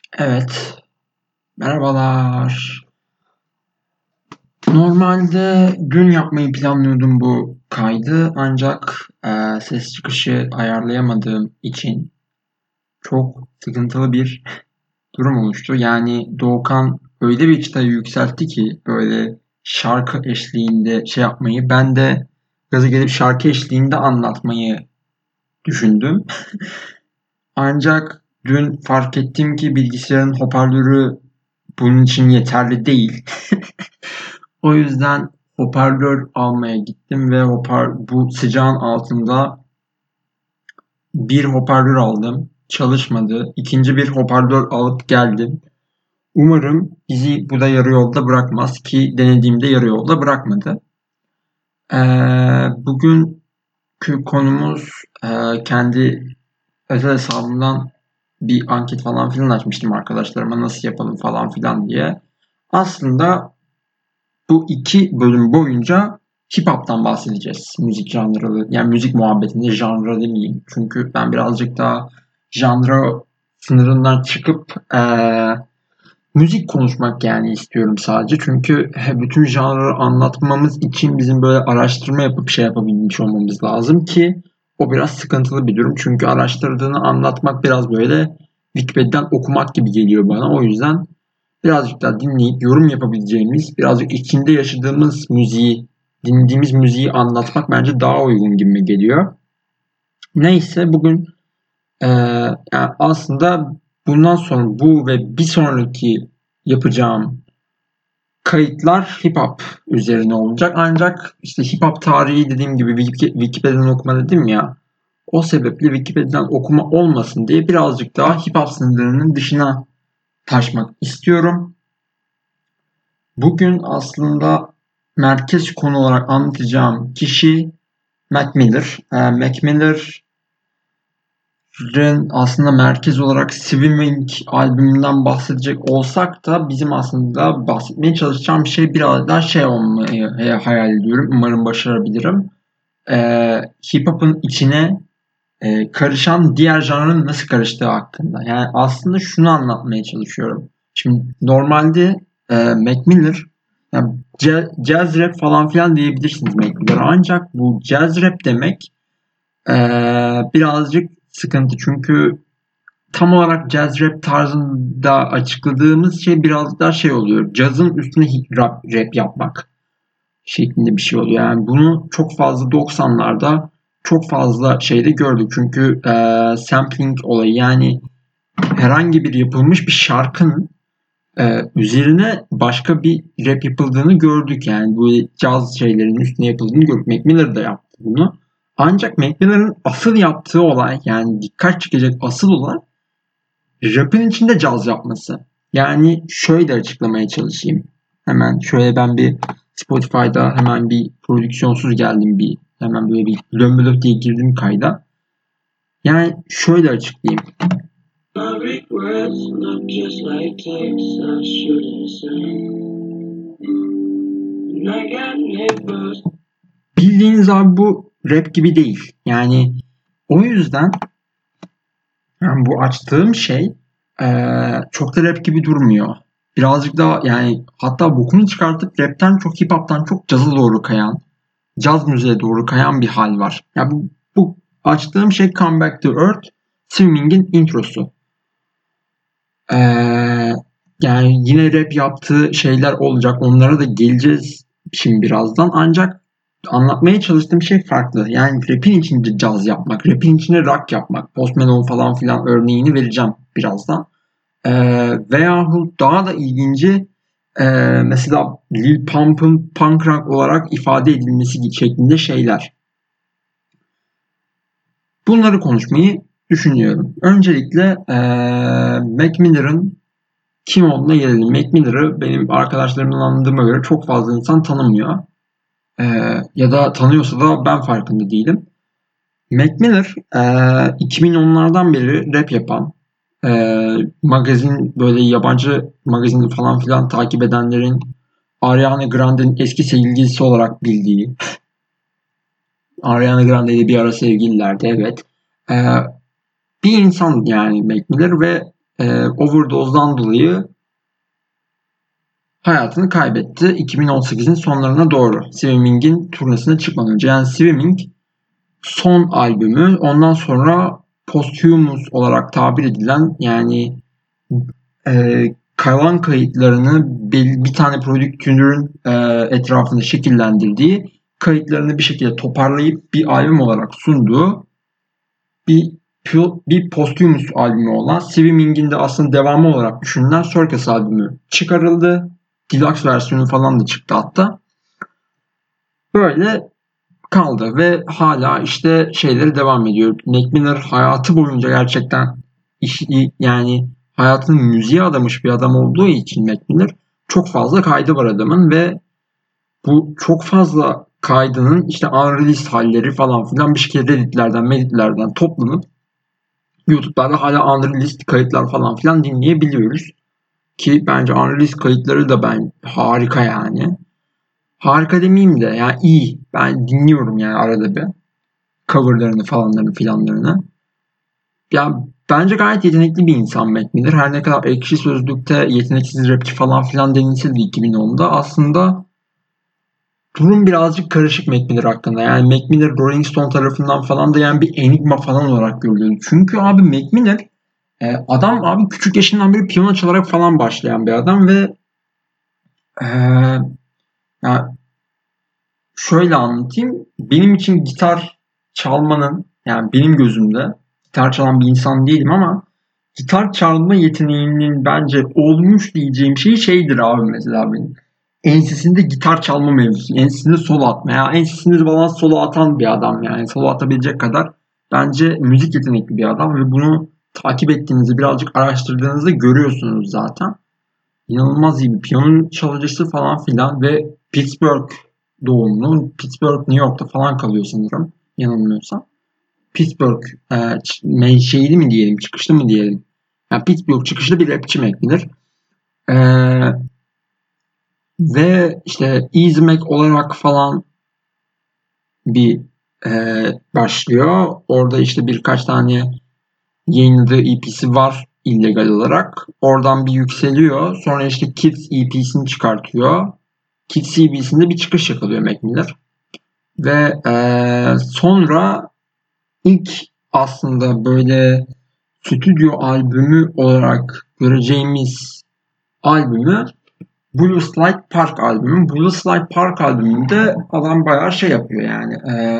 Evet, merhabalar. Normalde dün yapmayı planlıyordum bu kaydı ancak ses çıkışı ayarlayamadığım için çok sıkıntılı bir durum oluştu. Yani Doğukan öyle bir çıtayı yükseltti ki böyle şarkı eşliğinde şey yapmayı ben de gaza gelip şarkı eşliğinde anlatmayı düşündüm. Ancak dün fark ettim ki bilgisayarın hoparlörü bunun için yeterli değil. O yüzden hoparlör almaya gittim ve bu sıcağın altında bir hoparlör aldım. Çalışmadı. İkinci bir hoparlör alıp geldim. Umarım bizi bu da yarı yolda bırakmaz ki denediğimde yarı yolda bırakmadı. Bugünkü konumuz kendi özel hesabımdan bir anket falan filan açmıştım arkadaşlarıma nasıl yapalım falan filan diye. Aslında bu iki bölüm boyunca hip hop'tan bahsedeceğiz. Müzik janrı, yani müzik muhabbetinde janrı demeyeyim. Çünkü ben birazcık daha janrı sınırından çıkıp müzik konuşmak yani istiyorum sadece. Çünkü bütün janrı anlatmamız için bizim böyle araştırma yapıp şey yapabilmiş olmamız lazım ki o biraz sıkıntılı bir durum. Çünkü araştırdığını anlatmak biraz böyle Wikipedia'dan okumak gibi geliyor bana. O yüzden birazcık daha dinleyip yorum yapabileceğimiz, birazcık içinde yaşadığımız müziği, dinlediğimiz müziği anlatmak bence daha uygun gibi geliyor. Neyse bugün yani aslında bundan sonra bu ve bir sonraki yapacağım kayıtlar hip hop üzerine olacak. Ancak işte hip hop tarihi dediğim gibi Wikipedia'dan okuma dedim ya. O sebeple Wikipedia'dan okuma olmasın diye birazcık daha hip hop sınırlarının dışına taşmak istiyorum. Bugün aslında merkez konu olarak anlatacağım kişi Mac Miller. Mac Miller'ın aslında merkez olarak Swimming albümünden bahsedecek olsak da bizim aslında bahsetmeye çalışacağım şey biraz daha şey olmayı hayal ediyorum. Umarım başarabilirim. Hip hop'un içine karışan diğer janrın nasıl karıştığı hakkında. Yani aslında şunu anlatmaya çalışıyorum. Şimdi normalde Mac Miller yani jazz rap falan filan diyebilirsiniz Mac Miller'a. Ancak bu jazz rap demek e, birazcık sıkıntı. Çünkü tam olarak jazz rap tarzında açıkladığımız şey biraz daha şey oluyor. Cazın üstüne rap yapmak şeklinde bir şey oluyor. Yani bunu çok fazla 90'larda çok fazla şeyde gördük. Çünkü sampling olayı yani herhangi bir yapılmış bir şarkının üzerine başka bir rap yapıldığını gördük. Yani bu caz şeylerin üstüne yapıldığını gördük. Mac Miller da yaptı bunu. Ancak Mac Miller'ın asıl yaptığı olay yani dikkat çekecek asıl olay rap'in içinde caz yapması. Yani şöyle açıklamaya çalışayım. Hemen şöyle ben bir Spotify'da hemen bir prodüksiyonsuz geldim bir hemen böyle bir lömbölök diye girdim kayda. Yani şöyle açıklayayım. Bildiğiniz abi bu rap gibi değil. Yani o yüzden yani bu açtığım şey çok da rap gibi durmuyor. Birazcık daha yani hatta bokunu çıkartıp rapten çok hip hop'tan çok caza doğru kayan, caz müziğe doğru kayan bir hal var. Yani bu açtığım şey Come Back to Earth, Swimming'in introsu. Eee, yani yine rap yaptığı şeyler olacak. Onlara da geleceğiz şimdi birazdan. Ancak anlatmaya çalıştığım şey farklı. Yani rap'in içinde caz yapmak, rap'in içinde rock yapmak. Post Malone falan filan örneğini vereceğim birazdan. Veyahut daha da ilginci mesela Lil Pump'ın punk rock olarak ifade edilmesi şeklinde şeyler. Bunları konuşmayı düşünüyorum. Öncelikle Mac Miller'ın kim olduğuna gelelim. Mac Miller'ı benim arkadaşlarımdan anladığıma göre çok fazla insan tanımıyor. Ya da tanıyorsa da ben farkında değilim. Mac Miller 2010'lardan beri rap yapan, magazin böyle yabancı magazin falan filan takip edenlerin Ariana Grande'nin eski sevgilisi olarak bildiği, Ariana Grande ile bir ara sevgililerdi evet. Ee, bir insan yani Mac Miller ve overdose'dan dolayı hayatını kaybetti 2018'in sonlarına doğru. Swimming'in turnesine çıkmadan önce. Yani Swimming son albümü, ondan sonra posthumous olarak tabir edilen, yani kalan kayıtlarını bir tane prodüktörün etrafında şekillendirdiği, kayıtlarını bir şekilde toparlayıp bir albüm olarak sunduğu bir posthumous albümü olan Swimming'in de aslında devamı olarak düşünülen Circus albümü çıkarıldı. Deluxe versiyonu falan da çıktı hatta. Böyle kaldı ve hala işte şeyleri devam ediyor. Mac Miller hayatı boyunca gerçekten yani hayatını müziğe adamış bir adam olduğu için Mac Miller, çok fazla kaydı var adamın ve bu çok fazla kaydının işte unreleased halleri falan filan bir şekilde Reddit'lerden toplanıp YouTube'da hala unreleased kayıtlar falan filan dinleyebiliyoruz. Ki bence unreleased kayıtları da harika yani. Harika demeyeyim de yani iyi. Ben dinliyorum yani arada bir. Coverlarını falanlarını filanlarını. Ya bence gayet yetenekli bir insan Mac Miller. Her ne kadar Ekşi Sözlük'te yeteneksiz rapçi falan filan denilse de 2010'da, aslında durum birazcık karışık Mac Miller hakkında. Yani Mac Miller Rolling Stone tarafından falan da yani bir enigma falan olarak görülüyor. Çünkü abi Mac Miller adam abi küçük yaşından beri piyano çalarak falan başlayan bir adam ve e, ya şöyle anlatayım. Benim için gitar çalmanın, yani benim gözümde gitar çalan bir insan değilim ama gitar çalma yeteneğinin bence olmuş diyeceğim şey şeydir abi, mesela benim. Ensesinde gitar çalma mevzusu. Ensesinde solo atma. Ya ensesinde bana solo atan bir adam yani. Solo atabilecek kadar bence müzik yetenekli bir adam ve bunu takip ettiğinizde, birazcık araştırdığınızda görüyorsunuz zaten. İnanılmaz iyi bir piyano çalıcısı falan filan ve Pittsburgh doğumlu. Pittsburgh, New York'ta falan kalıyor sanırım, yanılmıyorsam. Pittsburgh menşeili mi diyelim, çıkışlı mı diyelim. Yani Pittsburgh çıkışlı bir rapçi McMiller. E, ve işte Easy Mac olarak falan bir başlıyor. Orada işte birkaç tane yayınladığı EP'si var illegal olarak. Oradan bir yükseliyor. Sonra işte Kids EP'sini çıkartıyor. Kids EP'sinde bir çıkış yakalıyor Mac Miller. Ve sonra ilk aslında böyle stüdyo albümü olarak göreceğimiz albümü Blue Slide Park albümü. Blue Slide Park albümünde adam bayağı şey yapıyor yani.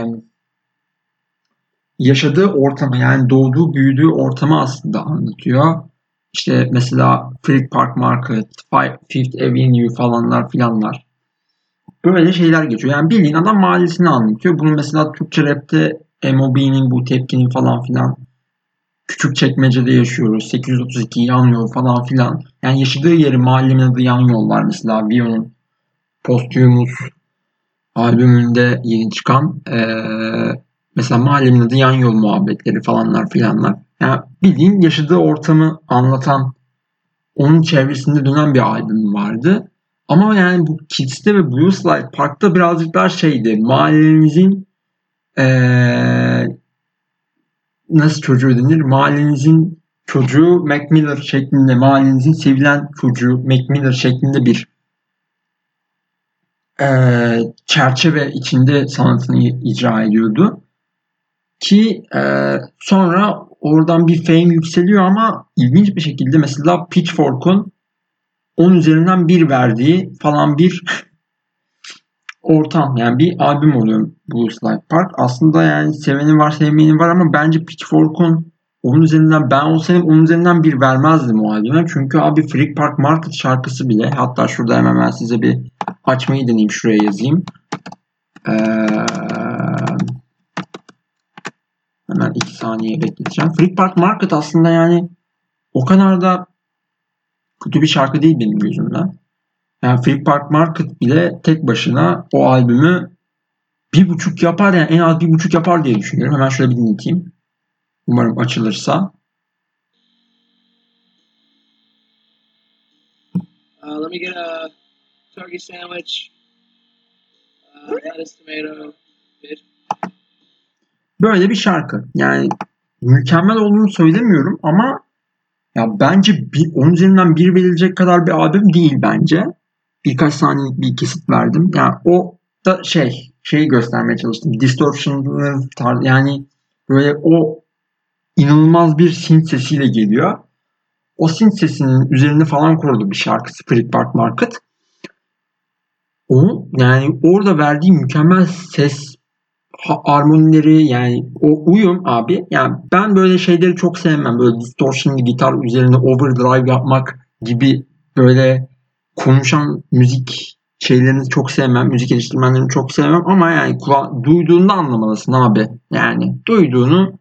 Yaşadığı ortamı, yani doğduğu büyüdüğü ortamı aslında anlatıyor. İşte mesela Frick Park Market, Fifth Avenue falanlar filanlar. Böyle şeyler geçiyor. Yani bildiğin adam mahallesini anlatıyor. Bunu mesela Türkçe rapte MOB'nin bu tepkinin falan filan, Küçükçekmece'de yaşıyoruz, 832 yan yol falan filan. Yani yaşadığı yeri, mahallemin adı yan yol var mesela. Vio'nun Posthumous albümünde yeni çıkan mesela mahallemin adı yan yol muhabbetleri falanlar filanlar. Yani bildiğin yaşadığı ortamı anlatan, onun çevresinde dönen bir albüm vardı. Ama yani bu Kids'te ve Blue Slide Park'ta birazcık daha şeydi. Mahallenizin nasıl çocuğu denir? Mahallenizin çocuğu Mac Miller şeklinde, mahallenizin sevilen çocuğu Mac Miller şeklinde bir çerçeve içinde sanatını icra ediyordu. Ki sonra oradan bir fame yükseliyor ama ilginç bir şekilde mesela Pitchfork'un 10 üzerinden 1 verdiği falan bir ortam, yani bir albüm oluyor Blue Slide Park. Aslında yani seveni var, sevmeyeni var ama bence Pitchfork'un 10 üzerinden, ben olsaydım 10 üzerinden 1 vermezdim o albüme. Çünkü abi Frick Park Market şarkısı bile, hatta şurada hemen ben size bir açmayı deneyeyim, şuraya yazayım. Hemen 2 saniye bekleteceğim. Frick Park Market aslında yani o kadar da kötü bir şarkı değil benim gözümde. Yani Frick Park Market bile tek başına o albümü 1,5 yapar, yani en az 1,5 yapar diye düşünüyorum. Hemen şöyle bir dinleteyim. Umarım açılırsa. Let me get a turkey sandwich, lettuce, tomato, fish. Böyle bir şarkı. Yani mükemmel olduğunu söylemiyorum ama Ya bence 10 üzerinden 1 verilecek kadar bir albüm değil bence. Birkaç saniyelik bir kesit verdim. Yani o da şeyi göstermeye çalıştım. Distortion'lı yani böyle o inanılmaz bir synth sesiyle geliyor. O synth sesinin üzerine falan kuruldu bir şarkısı Freak Park Market. O yani orada verdiği mükemmel ses armonileri yani o uyum abi. Yani ben böyle şeyleri çok sevmem. Böyle distortion'lı gitar üzerine overdrive yapmak gibi böyle konuşan müzik şeylerini çok sevmem. Müzik eleştirmenlerini çok sevmem ama yani duyduğunda anlamalısın abi. Yani duyduğunu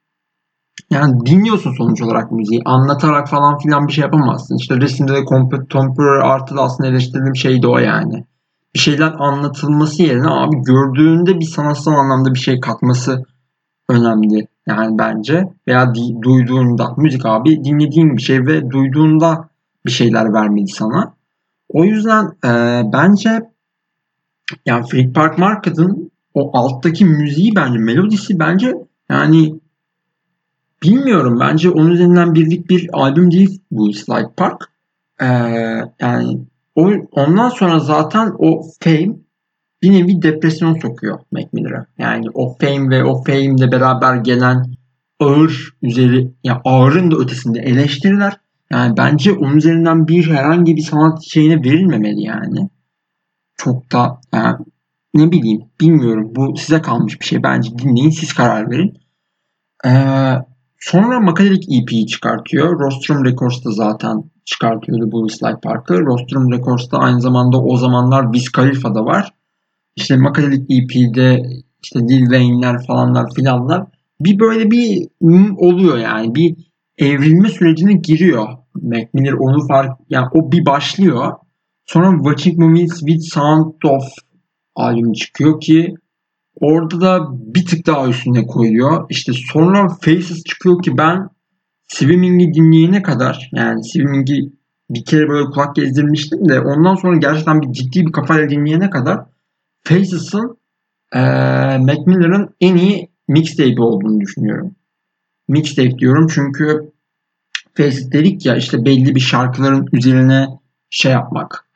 yani dinliyorsun sonuç olarak müziği. Anlatarak falan filan bir şey yapamazsın. İşte resimde de contemporary artı da aslında eleştirdiğim şey de o yani. Bir şeyler anlatılması yerine abi gördüğünde bir sanatsal anlamda bir şey katması önemli. Yani bence veya duyduğunda müzik abi dinlediğin bir şey ve duyduğunda bir şeyler vermeli sana. O yüzden bence yani Freak Park Market'ın o alttaki müziği bence melodisi bence yani bilmiyorum. Bence onun üzerinden birlik bir albüm değil bu Slide Park. Ee, yani ondan sonra zaten o Fame bir nevi depresyon sokuyor Mac Miller'a. Yani o Fame ve o Fame'le beraber gelen ağır üzeri, yani ağırın da ötesinde eleştiriler. Yani bence onun üzerinden herhangi bir sanat şeyine verilmemeli yani. Çok da yani ne bileyim bilmiyorum. Bu size kalmış bir şey. Bence dinleyin siz karar verin. Ee, sonra Makalelik EP'yi çıkartıyor. Rostrum Records'ta zaten çıkartıyordu bu Slide Park'ı. Rostrum Records'ta aynı zamanda o zamanlar Wiz Khalifa da var. İşte Makalelik EP'de işte Lil Wayne'ler falanlar filanlar. Bir böyle bir oluyor yani. Bir evrilme sürecine giriyor. Mac Miller onu yani o bir başlıyor. Sonra Watching Movies with Sound of albüm çıkıyor ki orada da bir tık daha üstüne koyuyor. İşte sonra Faces çıkıyor ki ben Swimming'i dinleyene kadar yani Swimming'i bir kere böyle kulak gezdirmiştim de ondan sonra gerçekten bir ciddi bir kafayla dinleyene kadar Faces'ın Mac Miller'ın en iyi mixtape olduğunu düşünüyorum. Mixtape diyorum çünkü Faces dedik ya işte belli bir şarkıların üzerine şey yapmak.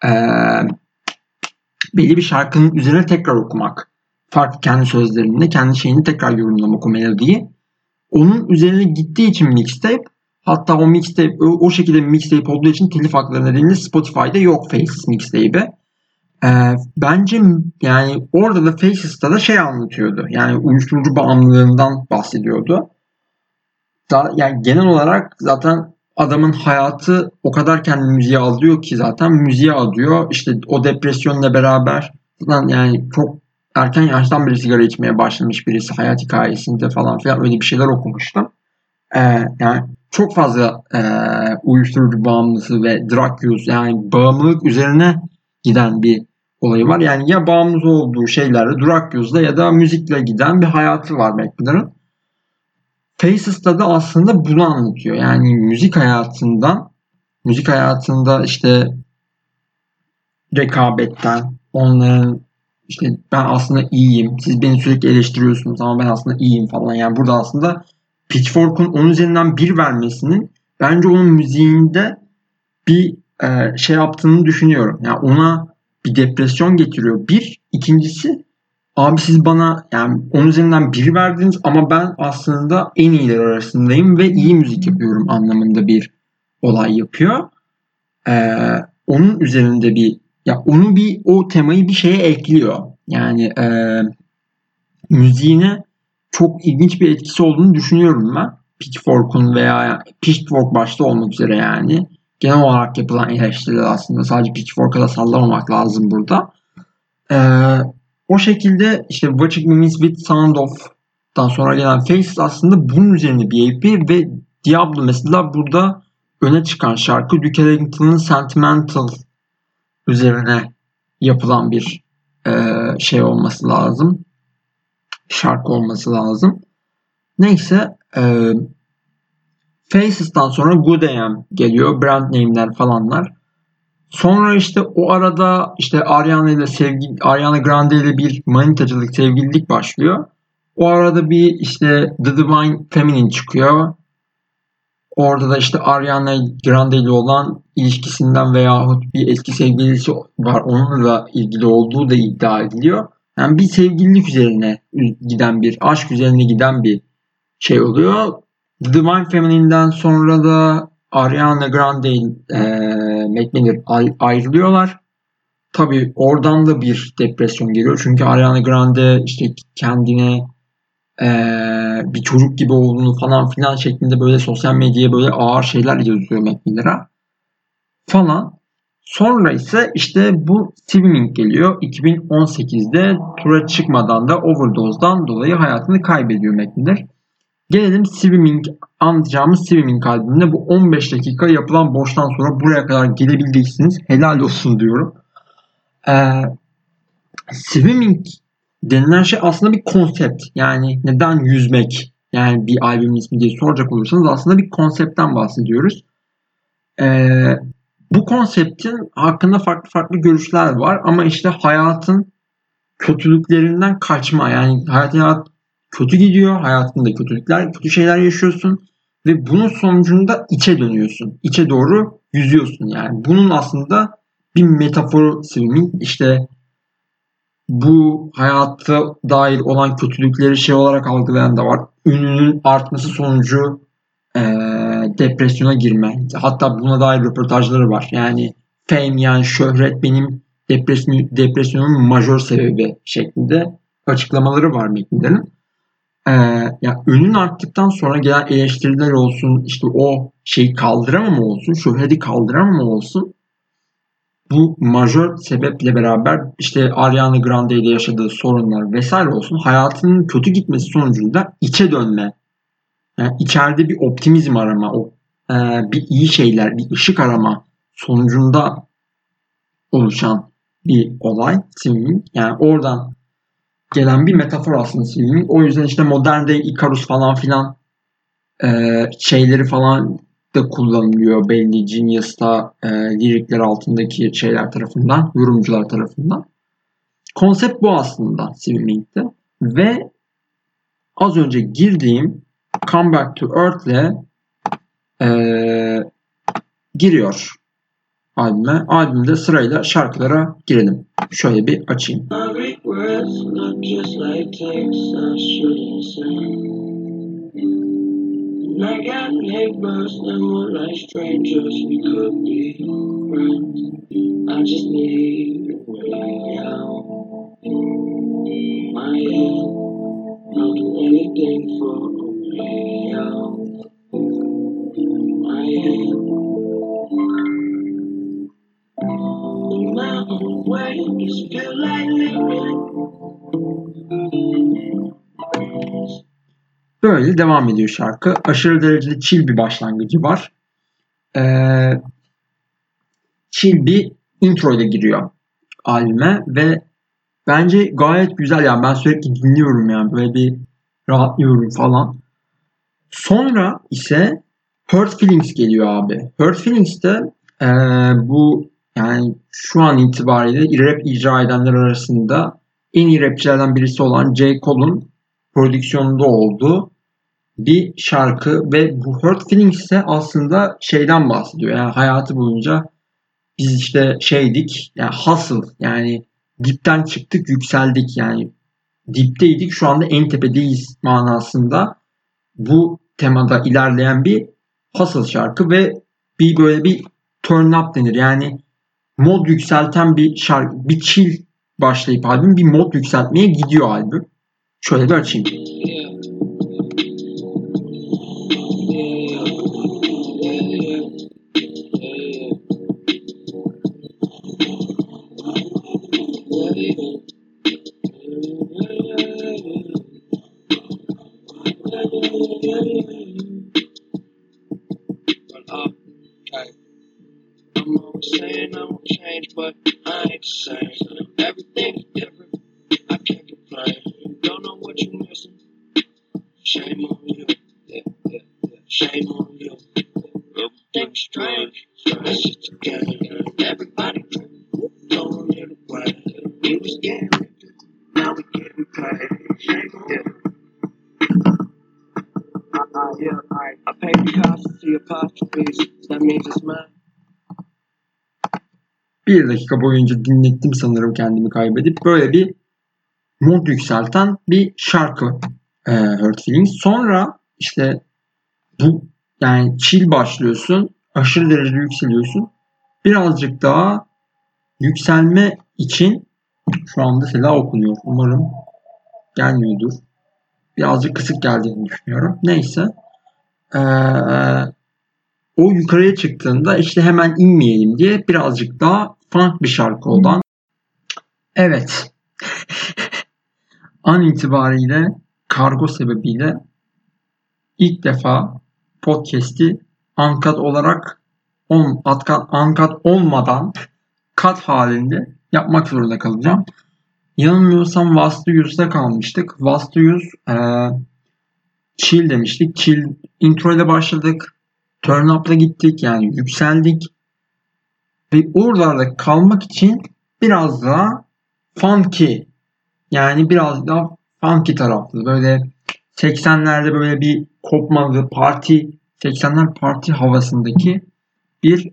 Belli bir şarkının üzerine tekrar okumak. Farklı kendi sözlerinde, kendi şeyini tekrar yorumlamak o melodiyi. Onun üzerine gittiği için mixtape, hatta o mixtape o şekilde bir mixtape olduğu için telif hakları nedeniyle Spotify'da yok Faces mixtape'i. Bence yani orada da Faces'ta da şey anlatıyordu. Yani uyuşturucu bağımlılığından bahsediyordu. Yani genel olarak zaten adamın hayatı o kadar kendi müziğe alıyor ki zaten müziğe alıyor. İşte o depresyonla beraber zaten yani çok erken yaştan beri sigara içmeye başlamış birisi hayat hikayesinde falan filan öyle bir şeyler okumuştum. Yani çok fazla uyuşturucu bağımlısı ve drug use yani bağımlılık üzerine giden bir olayı var. Yani ya bağımlısı olduğu şeylerle drug use'la ya da müzikle giden bir hayatı var McLaren'ın. Faces'ta da aslında bunu anlatıyor. Yani müzik hayatında işte rekabetten, onların işte ben aslında iyiyim, siz beni sürekli eleştiriyorsunuz ama ben aslında iyiyim falan. Yani burada aslında Pitchfork'un onun üzerinden bir vermesinin bence onun müziğinde bir şey yaptığını düşünüyorum. Yani ona bir depresyon getiriyor. İkincisi abi siz bana yani onun üzerinden bir verdiniz ama ben aslında en iyiler arasındayım ve iyi müzik yapıyorum anlamında bir olay yapıyor. Onun üzerinde o temayı bir şeye ekliyor. Yani müziğine çok ilginç bir etkisi olduğunu düşünüyorum ben. Pitchfork'un veya Pitchfork başta olmak üzere yani genel olarak yapılan eleştiriler aslında sadece Pitchfork'a da sallamamak lazım burada. Ee, o şekilde işte Watching Movies with Sound of'tan sonra gelen Faces aslında bunun üzerine bir EP ve Diablo mesela burada öne çıkan şarkı Duke Ellington'ın Sentimental üzerine yapılan bir şey olması lazım. Şarkı olması lazım. Neyse Faces'tan sonra Good AM geliyor. Brand name'ler falanlar. Sonra işte o arada işte Ariana Grande ile bir manitacılık, sevgililik başlıyor. O arada bir işte The Divine Feminine çıkıyor. Orada da işte Ariana Grande ile olan ilişkisinden veyahut bir eski sevgilisi var. Onunla ilgili olduğu da iddia ediliyor. Yani bir sevgililik üzerine giden bir, aşk üzerine giden bir şey oluyor. The Divine Feminine'den sonra da Ariana Grande ile Mac Miller ayrılıyorlar. Tabii oradan da bir depresyon geliyor. Çünkü Ariana Grande işte kendine bir çocuk gibi olduğunu falan filan şeklinde böyle sosyal medyaya böyle ağır şeyler yazıyor Mac Miller'a falan. Sonra ise işte bu Swimming geliyor. 2018'de tura çıkmadan da overdose'dan dolayı hayatını kaybediyor Mac Miller. Gelelim Swimming, anlayacağımız Swimming albümüne. Bu 15 dakika yapılan boştan sonra buraya kadar gelebildiyseniz helal olsun diyorum. Ee, Swimming denilen şey aslında bir konsept. Yani neden yüzmek? Yani bir albümün ismi diye soracak olursanız aslında bir konseptten bahsediyoruz. Ee, Bu konseptin hakkında farklı farklı görüşler var ama işte hayatın kötülüklerinden kaçma. Yani hayat kötü gidiyor. Hayatında kötülükler, kötü şeyler yaşıyorsun ve bunun sonucunda içe dönüyorsun. İçe doğru yüzüyorsun yani. Bunun aslında bir metaforu swimming. İşte bu hayatta dair olan kötülükleri şey olarak algılayan da var. Ününün artması sonucu depresyona girme. Hatta buna dair röportajları var. Yani fame yani şöhret benim depresyonumun majör sebebi şeklinde açıklamaları var Metin'lerin. Ya ünün arttıktan sonra gelen eleştiriler olsun, işte o şeyi kaldıramama olsun, şöhreti kaldıramama olsun. Bu majör sebeple beraber işte Ariana Grande ile yaşadığı sorunlar vesaire olsun hayatının kötü gitmesi sonucunda içe dönme. Yani içeride bir optimizm arama, bir iyi şeyler, bir ışık arama sonucunda oluşan bir olay swimming. Yani oradan gelen bir metafor aslında swimming. O yüzden işte modernde Icarus falan filan şeyleri falan da kullanılıyor belli Genius'ta lirikler altındaki şeyler tarafından, yorumcular tarafından. Konsept bu aslında swimming'de ve az önce girdiğim Come Back to Earth'le giriyor albüme. Albümde sırayla şarkılara girelim. Şöyle bir açayım. I got neighbors and we're like strangers. We could be friends. I just need a way out. My head, I'll do anything for a way out. My head, the mountain waves feel like living. Böyle devam ediyor şarkı. Aşırı derecede chill bir başlangıcı var. Chill bir intro ile giriyor albüme ve bence gayet güzel yani ben sürekli dinliyorum yani böyle bir rahatlıyorum falan. Sonra ise Hurt Feelings geliyor abi. Hurt Feelings'te bu yani şu an itibariyle rap icra edenler arasında en iyi rapçilerden birisi olan J. Cole'un prodüksiyonunda olduğu bir şarkı ve bu Hurt Feelings ise aslında şeyden bahsediyor. Yani hayatı boyunca biz işte şeydik yani hustle yani dipten çıktık yükseldik yani dipteydik şu anda en tepedeyiz manasında bu temada ilerleyen bir hustle şarkı ve bir böyle bir turn up denir yani mod yükselten bir şarkı bir chill başlayıp albüm bir mod yükseltmeye gidiyor albüm. Şöyle bir açayım. But I ain't the same. Everything's different. I can't complain. Don't know what you're missing. Shame on you. Yeah, yeah, yeah. Shame on you. Everything's strange. It's just a game. Everybody don't need a plan. We was getting rich. Now we getting paid. Shame on you. Yeah, alright. I paid the cost to your apostrophes. That means it's mine. Bir dakika boyunca dinlettim sanırım kendimi kaybedip. Böyle bir mod yükselten bir şarkı Hurt Feelings. Sonra işte bu yani chill başlıyorsun. Aşırı derecede yükseliyorsun. Birazcık daha yükselme için şu anda Sela okunuyor. Umarım gelmiyordur. Birazcık kısık geldiğini düşünüyorum. Neyse. O yukarıya çıktığında işte hemen inmeyelim diye birazcık daha funk bir şarkı olan. Evet. An itibariyle kargo sebebiyle ilk defa podcast'i uncut olarak uncut olmadan kat halinde yapmak zorunda kalacağım. Yanılmıyorsam Vastı Yüz'de kalmıştık. Vastı Yüz chill demiştik. Chill intro ile başladık. Turn up'la gittik yani yükseldik. Ve oralarda kalmak için biraz daha funky yani biraz daha funky taraflı. Böyle 80'lerde böyle bir kopmalı parti 80'ler parti havasındaki bir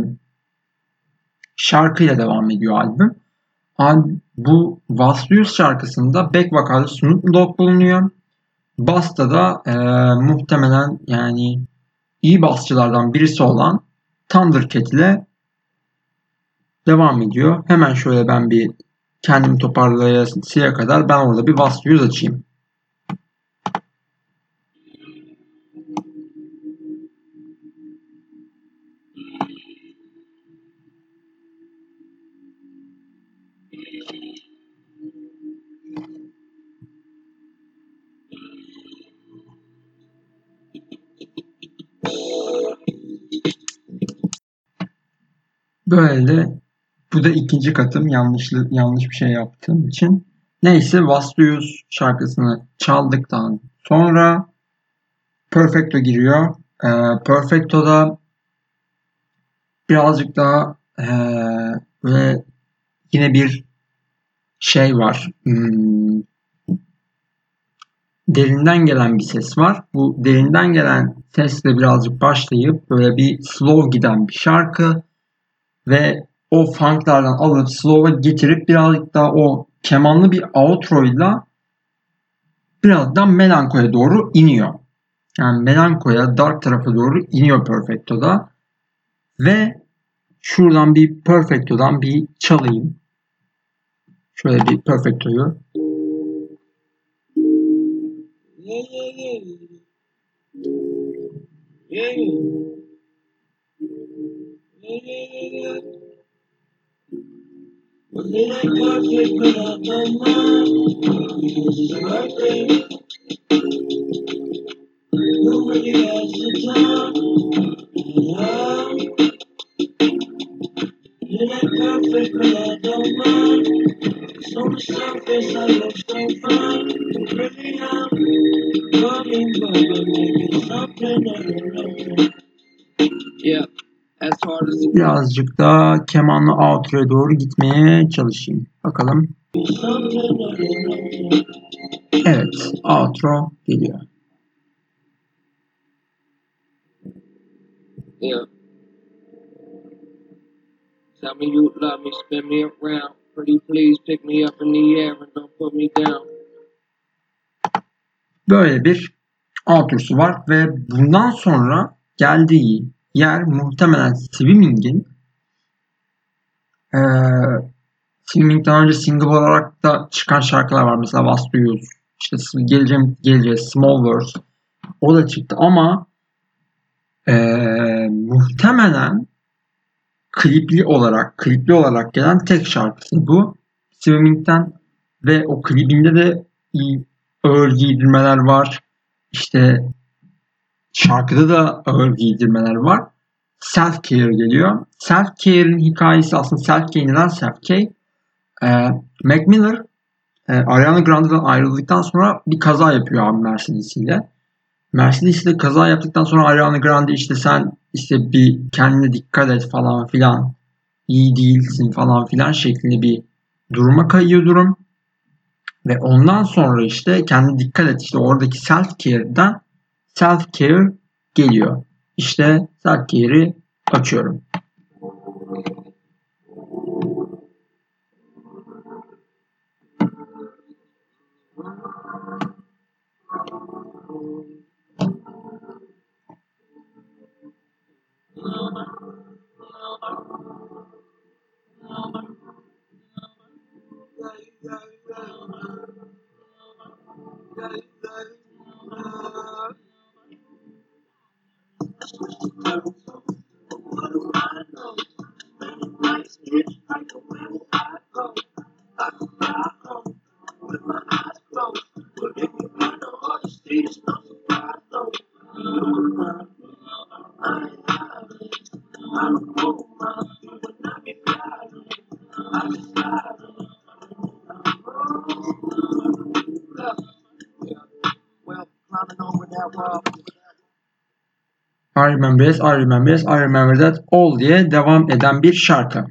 şarkıyla devam ediyor albüm. Bu Vastuous şarkısında back vokalde Snoop Dogg bulunuyor. Bass'ta da muhtemelen yani iyi bassçılardan birisi olan Thundercat ile devam ediyor. Hemen şöyle ben bir kendimi toparlayasıya kadar ben orada bir Vastuous açayım. Böyle bu da ikinci katım yanlış bir şey yaptığım için. Neyse Vastuous şarkısını çaldıktan sonra Perfecto giriyor. Perfecto'da birazcık daha böyle yine bir şey var. Derinden gelen bir ses var. Bu derinden gelen sesle birazcık başlayıp böyle bir slow giden bir şarkı ve o funklardan alıp slow'a getirip birazcık daha o kemanlı bir outro'yla birazdan melankoya doğru iniyor. Yani melankoya, dark tarafa doğru iniyor Perfecto'da. Ve şuradan bir Perfecto'dan bir çalayım. Şöyle bir Perfecto'yu. Birazcık da kemanlı outro'ya doğru gitmeye çalışayım. Bakalım. Evet, outro geliyor. Yeah. Tell me you love me, spin me around. Pretty please pick me up in the air and don't put me down. Böyle bir outro'su var ve bundan sonra geldiği yer muhtemelen Swimming'in Swimming'den önce single olarak da çıkan şarkılar var. Mesela Vastuous, işte geleceğiz, Small Words. O da çıktı ama muhtemelen klipli olarak gelen tek şarkısı bu. Swimming'den ve o klibinde de ağır giydirmeler var. İşte şarkıda da ağır giydirmeler var. Self-Care geliyor. Self-Care'in hikayesi aslında Self-Care neden Self-Care? Mac Miller Ariana Grande'den ayrıldıktan sonra bir kaza yapıyor abi Mercedes'iyle. Mercedes'le kaza yaptıktan sonra Ariana Grande işte sen işte bir kendine dikkat et falan filan iyi değilsin falan filan şeklinde bir duruma kayıyor durum. Ve ondan sonra işte kendine dikkat et işte oradaki self-care'den Self Care geliyor. İşte Self Care'i açıyorum. I remember this, I remember this, I remember that all diye devam eden bir şarkı.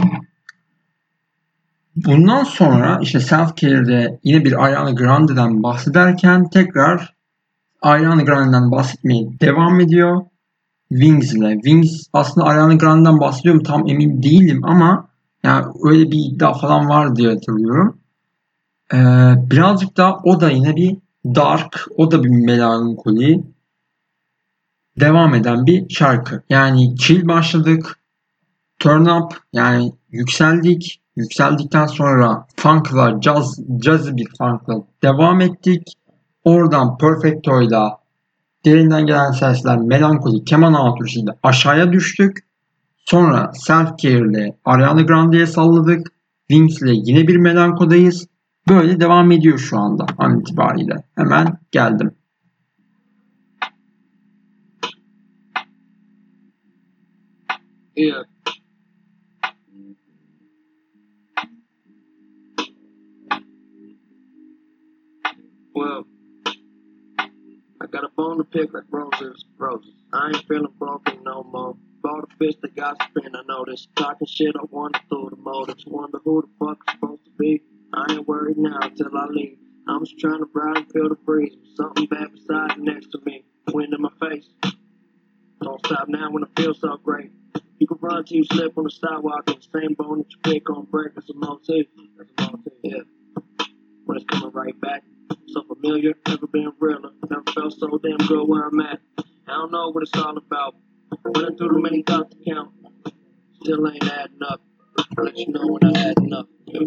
Bundan sonra işte Self Care'de yine bir Ariana Grande'den bahsederken tekrar Ariana Grande'den bahsetmeye devam ediyor. Wings ile. Wings aslında Ariana Grande'den bahsediyor mu tam emin değilim ama yani öyle bir iddia falan var diye hatırlıyorum. Birazcık daha o da yine bir dark, o da bir melankoli devam eden bir şarkı. Yani chill başladık, turn up yani yükseldik. Yükseldikten sonra funk'la, jazzy bir funk'la devam ettik. Oradan Perfecto'yla derinden gelen sesler melankoli keman altuşuyla aşağıya düştük. Sonra Self Care'le Ariana Grande'ye salladık. Wings'le yine bir melankodayız. Böyle devam ediyor şu anda an itibariyle. Hemen geldim. Yeah. Well, I got a bone to pick like roses. I ain't feeling broken no more. Bought a fish that got spin, I noticed. Talking shit, I wonder through the motives. Wonder who the fuck it's supposed to be. I ain't worried now till I leave. I'm just trying to ride and feel the breeze. Something bad beside next to me. Wind in my face. Don't stop now when I feel so great. You can run till you slip on the sidewalk. And the same bone that you pick on break. It's a motif. Yeah. When it's coming right back. So familiar, never been realer. Never felt so damn good where I'm at. I don't know what it's all about. Running through the many thoughts to count. Still ain't adding up. I'll let you know when I add enough.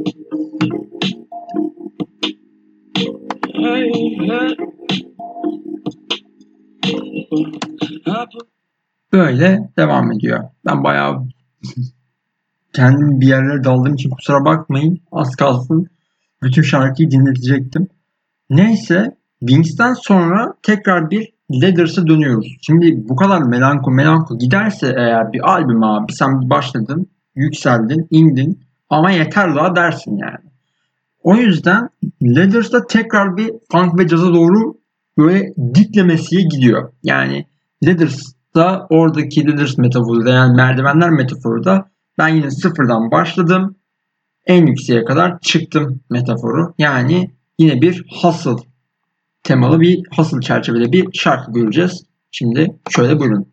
Böyle devam ediyor. Ben bayağı kendim bir yerlere daldığım için kusura bakmayın. Az kalsın bütün şarkıyı dinletecektim. Neyse Wings'ten sonra tekrar bir Leathers'a dönüyoruz. Şimdi bu kadar melanko giderse eğer bir albüm abi sen bir başladın, yükseldin, indin ama yeter daha dersin yani. O yüzden Leathers'ta tekrar bir funk ve caza doğru böyle diklemesiye gidiyor. Yani Leathers'ta oradaki Leathers metaforu da yani merdivenler metaforu da ben yine sıfırdan başladım. En yükseğe kadar çıktım metaforu. Yani yine bir hustle temalı bir hustle çerçevede bir şarkı göreceğiz. Şimdi şöyle buyurun.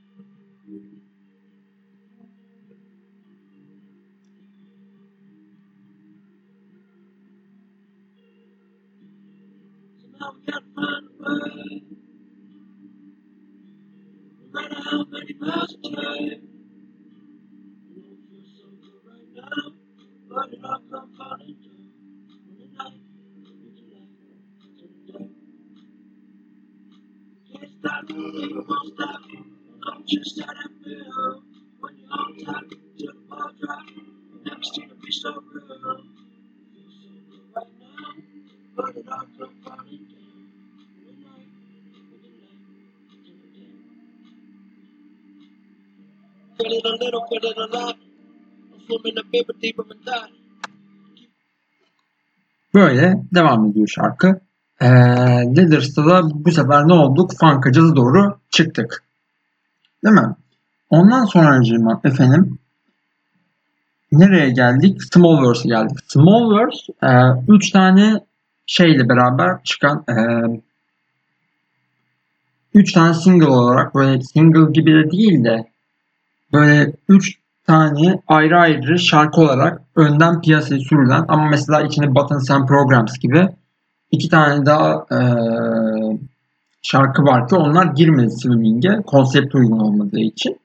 Böyle devam ediyor şarkı. Leathers'ta da bu sefer ne olduk? Funk'a caza doğru çıktık. Değil mi? Ondan sonra efendim nereye geldik? Small Verse'e geldik. Small Verse 3 tane şeyle beraber çıkan 3 tane single olarak, böyle single gibi de değil de böyle 3 tane ayrı ayrı şarkı olarak önden piyasaya sürülen ama mesela içinde Buttons and Programs gibi 2 tane daha şarkı var ki onlar girmedi Swimming'e konsept uygun olmadığı için.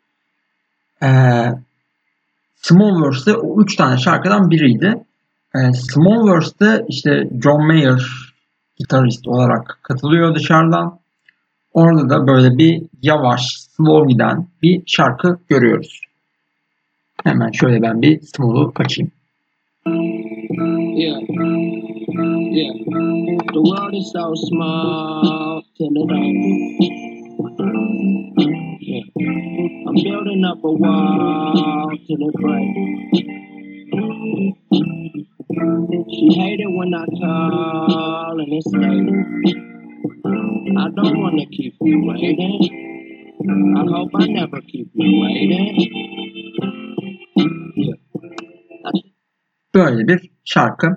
Small Verse'de o 3 tane şarkıdan biriydi. Small Verse'de işte John Mayer gitarist olarak katılıyor dışarıdan. Orada da böyle bir yavaş, slow giden bir şarkı görüyoruz. Hemen şöyle ben bir Small'u açayım. Yeah, yeah. The world is so small till it ain't. Yeah. I'm building up a wall till it breaks. She hate it when I call and it's late. I don't wanna keep you waiting. I hope I never keep you waiting. Yeah. Böyle bir şarkı.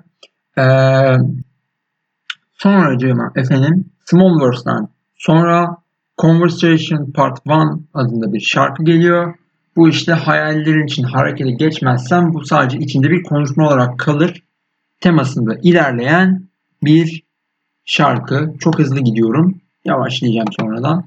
Sonracığıma efendim Small Verse'den sonra Conversation Part 1 adında bir şarkı geliyor. Bu işte hayallerin için harekete geçmezsen bu sadece içinde bir konuşma olarak kalır temasında ilerleyen bir şarkı. Çok hızlı gidiyorum. Yavaşlayacağım sonradan.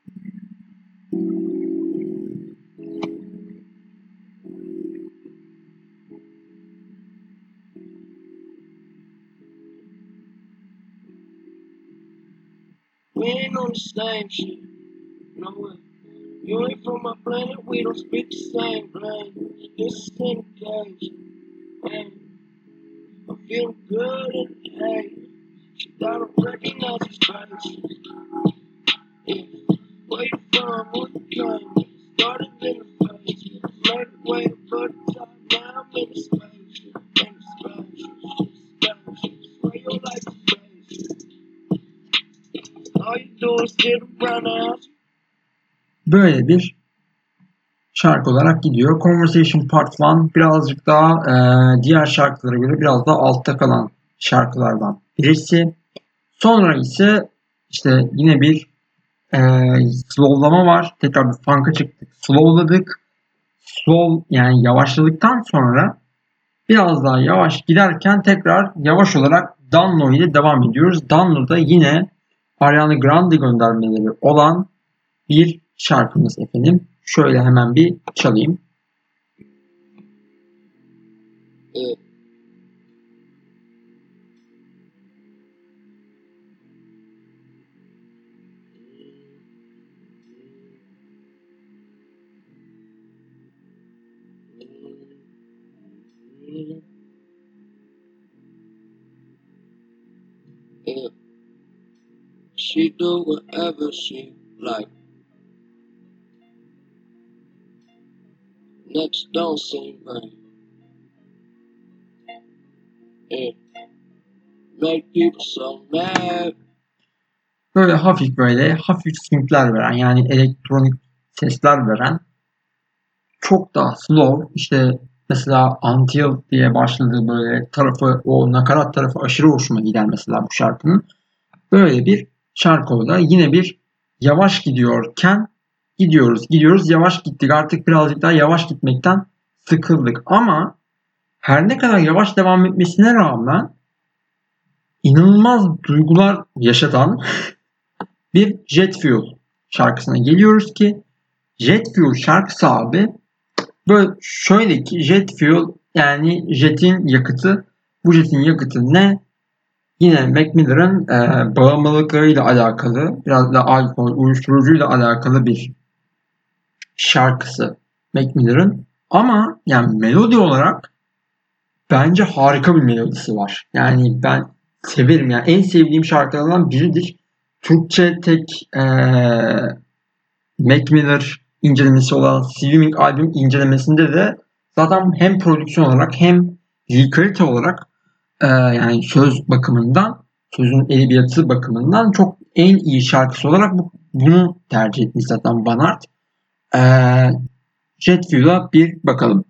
We ain't on the same shit. No way. You ain't from my planet, we don't speak the same language. This is engaged. Hey, I'm feeling good in the hay. She don't recognize his face. Yeah. Where you from? Where you came? Started in the face. Made a way to put it top. Now I'm in the space. In the space. Where your life is based. All you do is sit around the house. Böyle bir şarkı olarak gidiyor. Conversation Part 1 birazcık daha diğer şarkılara göre biraz daha altta kalan şarkılardan birisi. Sonra ise işte yine bir slowlama var. Tekrar bir funk'a çıktık. Slowladık. Slow yani yavaşladıktan sonra biraz daha yavaş giderken tekrar yavaş olarak Danlo ile devam ediyoruz. Danlo'da yine Ariana Grande göndermeleri olan bir şarkımız efendim. Şöyle hemen bir çalayım. Yeah. Yeah. She do whatever she like. Next don't seem right. Yeah. Make people so mad. Böyle hafif synth'ler veren yani elektronik sesler veren çok daha slow işte mesela Until diye başladığı böyle tarafı o nakarat tarafı aşırı hoşuma gider mesela bu şarkının. Böyle bir şarkı o da yine bir yavaş gidiyorken gidiyoruz yavaş gittik artık birazcık daha yavaş gitmekten sıkıldık ama her ne kadar yavaş devam etmesine rağmen inanılmaz duygular yaşatan bir Jet Fuel şarkısına geliyoruz ki Jet Fuel şarkısı abi böyle şöyle ki Jet Fuel yani jetin yakıtı. Bu jetin yakıtı ne? Yine Mac Miller'ın bağımlılıklarıyla alakalı biraz da alkol, uyuşturucuyla alakalı bir şarkısı Mac Miller'ın. Ama yani melodi olarak bence harika bir melodisi var. Yani ben severim yani en sevdiğim şarkılardan biridir. Türkçe tek Mac Miller incelemesi olan Swimming albüm incelemesinde de zaten hem prodüksiyon olarak hem likalite olarak yani söz bakımından sözün edebiyatı bakımından çok en iyi şarkısı olarak bunu tercih etmiş zaten Banart. Jet Fuel'a bir bakalım.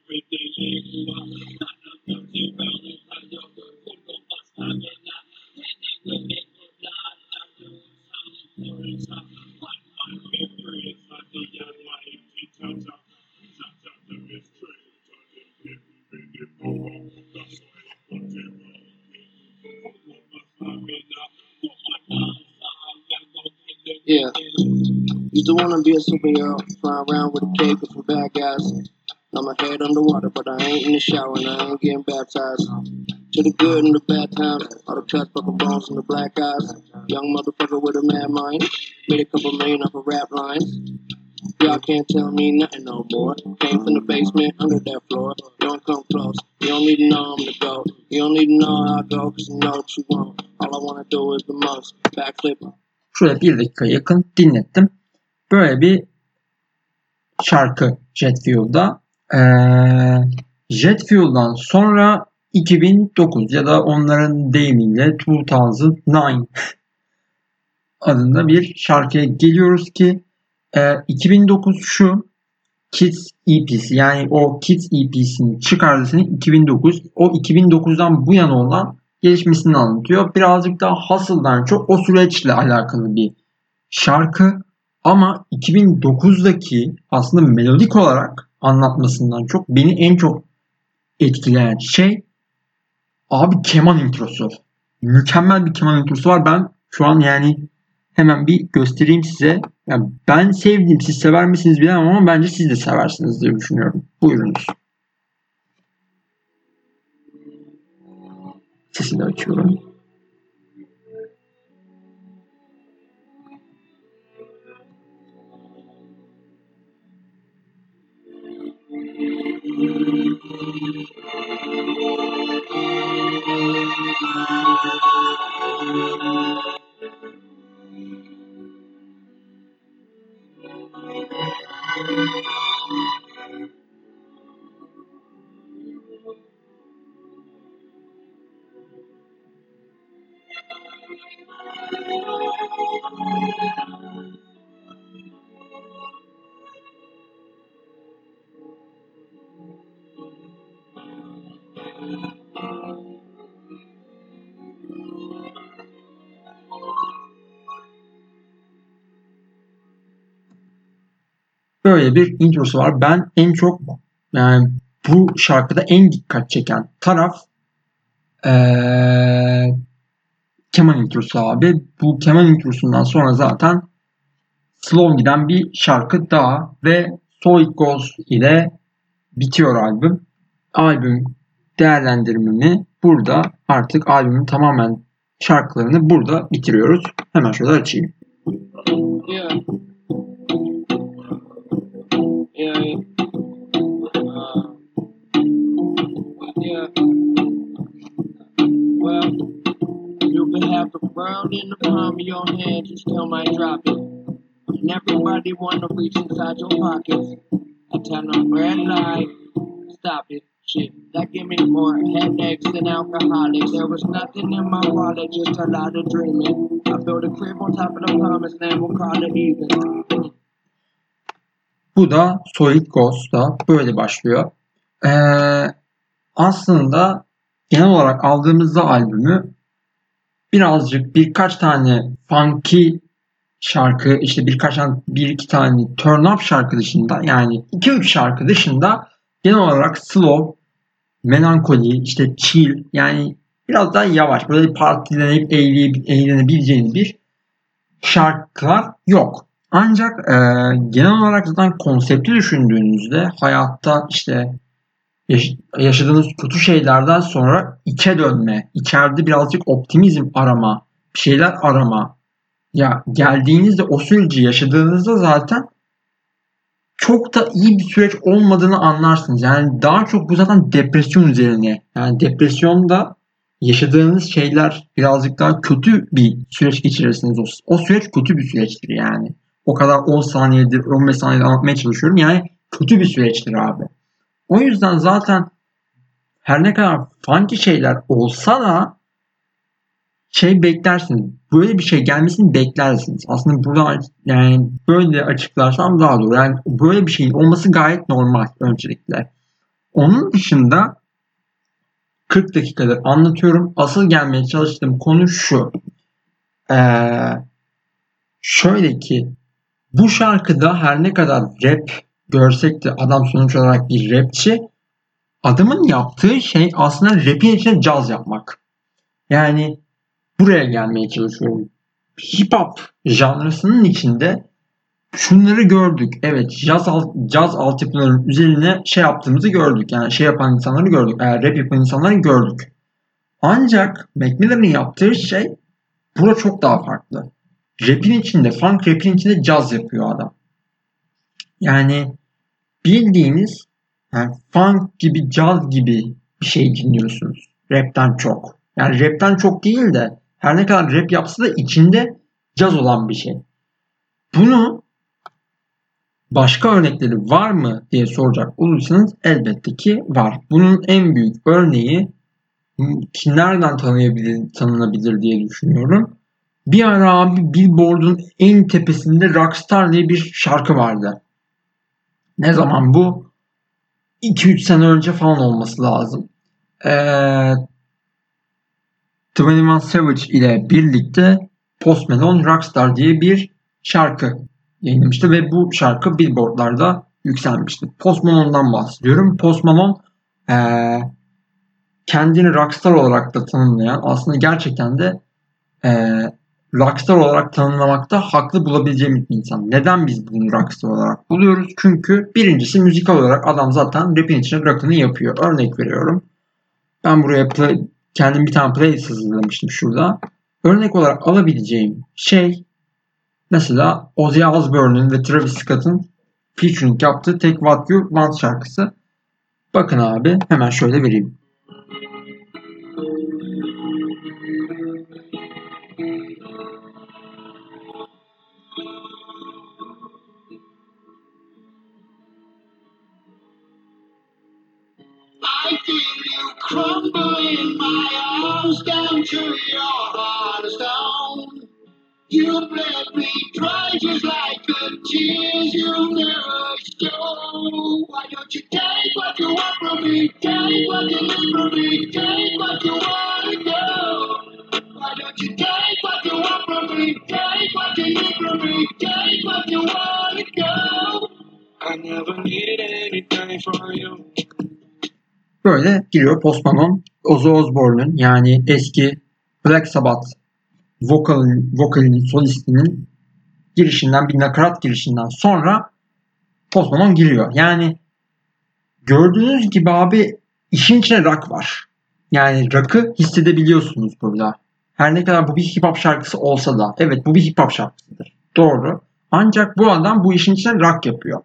Yeah. Used to wanna be a superhero, flying around with a cape with some bad guys. Now my head underwater, but I ain't in the shower and I ain't getting baptized. To the good and the bad times, all the cuts, broken bones, and the black eyes. Young motherfucker with a mad mind, made a couple million off of rap lines. Y'all can't tell me nothing no more. Came from the basement, under that floor. You don't come close, you don't need to know I'm the GOAT. You don't need to know how I go, cause you know what you want. All I wanna do is the most, backflip. Şöyle 1 dakika yakın dinlettim. Böyle bir şarkı Jet Fuel'da. Jet Fuel'dan sonra 2009 ya da onların deyimiyle 2009 adında bir şarkıya geliyoruz ki 2009 şu Kids EP'si, yani o Kids EP'sini çıkardığı sene 2009. O 2009'dan bu yana olan gelişmesini anlatıyor. Birazcık daha Hustle'dan çok o süreçle alakalı bir şarkı. Ama 2009'daki aslında melodik olarak anlatmasından çok beni en çok etkileyen şey abi keman introsu. Mükemmel bir keman introsu var. Ben şu an yani hemen bir göstereyim size. Yani ben sevdim. Siz sever misiniz bilemem ama bence siz de seversiniz diye düşünüyorum. Buyurunuz. Sesini açıyorum. Böyle bir introsu var. Ben en çok yani bu şarkıda en dikkat çeken taraf keman introsu abi. Bu keman introsundan sonra zaten slow giden bir şarkı daha ve So It Goes ile bitiyor albüm. Albüm değerlendirmemi burada, artık albümün tamamen şarkılarını burada bitiriyoruz. Hemen şöyle açayım. Yeah. Yeah. Yeah. Well, you can have the world in the palm of your hand, you still might drop it. And everybody wanna reach inside your pockets. I tell them red light, stop it. Shit, that give me more headaches than alcoholics. There was nothing in my wallet, just a lot of dreaming. I built a crib on top of the promised land, we'll call it even. Bu da So It Goes'da böyle başlıyor. Aslında genel olarak aldığımızda albümü birazcık birkaç tane funky şarkı, işte bir iki tane turn up şarkı dışında, yani 2-3 şarkı dışında genel olarak slow, melankoli, işte chill, yani biraz daha yavaş, böyle partilenip eğlenebileceğiniz bir şarkılar yok. Ancak genel olarak zaten konsepti düşündüğünüzde hayatta işte yaşadığınız kötü şeylerden sonra içe dönme, içeride birazcık optimizm arama, bir şeyler arama. Ya geldiğinizde o süreci yaşadığınızda zaten çok da iyi bir süreç olmadığını anlarsınız. Yani daha çok bu zaten depresyon üzerine. Yani depresyonda yaşadığınız şeyler birazcık daha kötü bir süreç geçirirsiniz. O süreç kötü bir süreçtir yani. O kadar 10 saniyedir, 15 saniyedir anlatmaya çalışıyorum. Yani kötü bir süreçtir abi. O yüzden zaten her ne kadar funky şeyler olsa da beklersiniz. Böyle bir şey gelmesini beklersiniz. Aslında burada yani böyle açıklarsam daha doğru. Yani böyle bir şeyin olması gayet normal öncelikle. Onun dışında 40 dakikadır anlatıyorum. Asıl gelmeye çalıştığım konu şu. Şöyle ki bu şarkıda her ne kadar rap görsek de adam sonuç olarak bir rapçi. Adamın yaptığı şey aslında rap'in içine caz yapmak. Yani buraya gelmeye çalışıyorum. Hip hop janrasının içinde şunları gördük. Evet, caz altyapılarının üzerine şey yaptığımızı gördük. Yani şey yapan insanları gördük. Rap yapan insanları gördük. Ancak Mac Miller'ın yaptığı şey burada çok daha farklı. Rap'in içinde, funk rap'in içinde caz yapıyor adam. Yani bildiğiniz yani funk gibi, caz gibi bir şey dinliyorsunuz. Rap'ten çok. Yani rap'ten çok değil de her ne kadar rap yapsa da içinde caz olan bir şey. Bunu başka örnekleri var mı diye soracak olursanız elbette ki var. Bunun en büyük örneği nereden tanınabilir diye düşünüyorum. Bir ara abi Billboard'un en tepesinde Rockstar diye bir şarkı vardı. Ne zaman bu? 2-3 sene önce falan olması lazım. 21 Savage ile birlikte Post Malone Rockstar diye bir şarkı yayınlamıştı ve bu şarkı Billboard'larda yükselmişti. Post Malone'dan bahsediyorum. Post Malone kendini rockstar olarak da tanımlayan, aslında gerçekten de rockstar olarak tanımlamakta haklı bulabileceğimiz bir insan. Neden biz bunu rockstar olarak buluyoruz? Çünkü birincisi müzikal olarak adam zaten rap'in içine rock'ını yapıyor. Örnek veriyorum. Ben buraya kendim bir tane playlist hazırlamıştım şurada. Örnek olarak alabileceğim şey mesela Ozzy Osbourne'un ve Travis Scott'ın featuring yaptığı Take What You Want şarkısı. Bakın abi hemen şöyle vereyim. I feel you crumble in my arms down to your heart of stone. You bled me dry just like the tears you never stole. Why don't you take what you want from me? Take what you need from me. Take what you want to go. Why don't you take what you want from me? Take what you need from me. Take what you want to go. I never needed anything from you. Böyle giriyor Post Malone, Ozzy Osbourne'un yani eski Black Sabbath vokalinin solistinin girişinden bir nakarat girişinden sonra Post Malone giriyor. Yani gördüğünüz gibi abi işin içine rock var. Yani rock'ı hissedebiliyorsunuz burada. Her ne kadar bu bir hip hop şarkısı olsa da evet bu bir hip hop şarkısıdır. Doğru. Ancak bu adam bu işin içine rock yapıyor.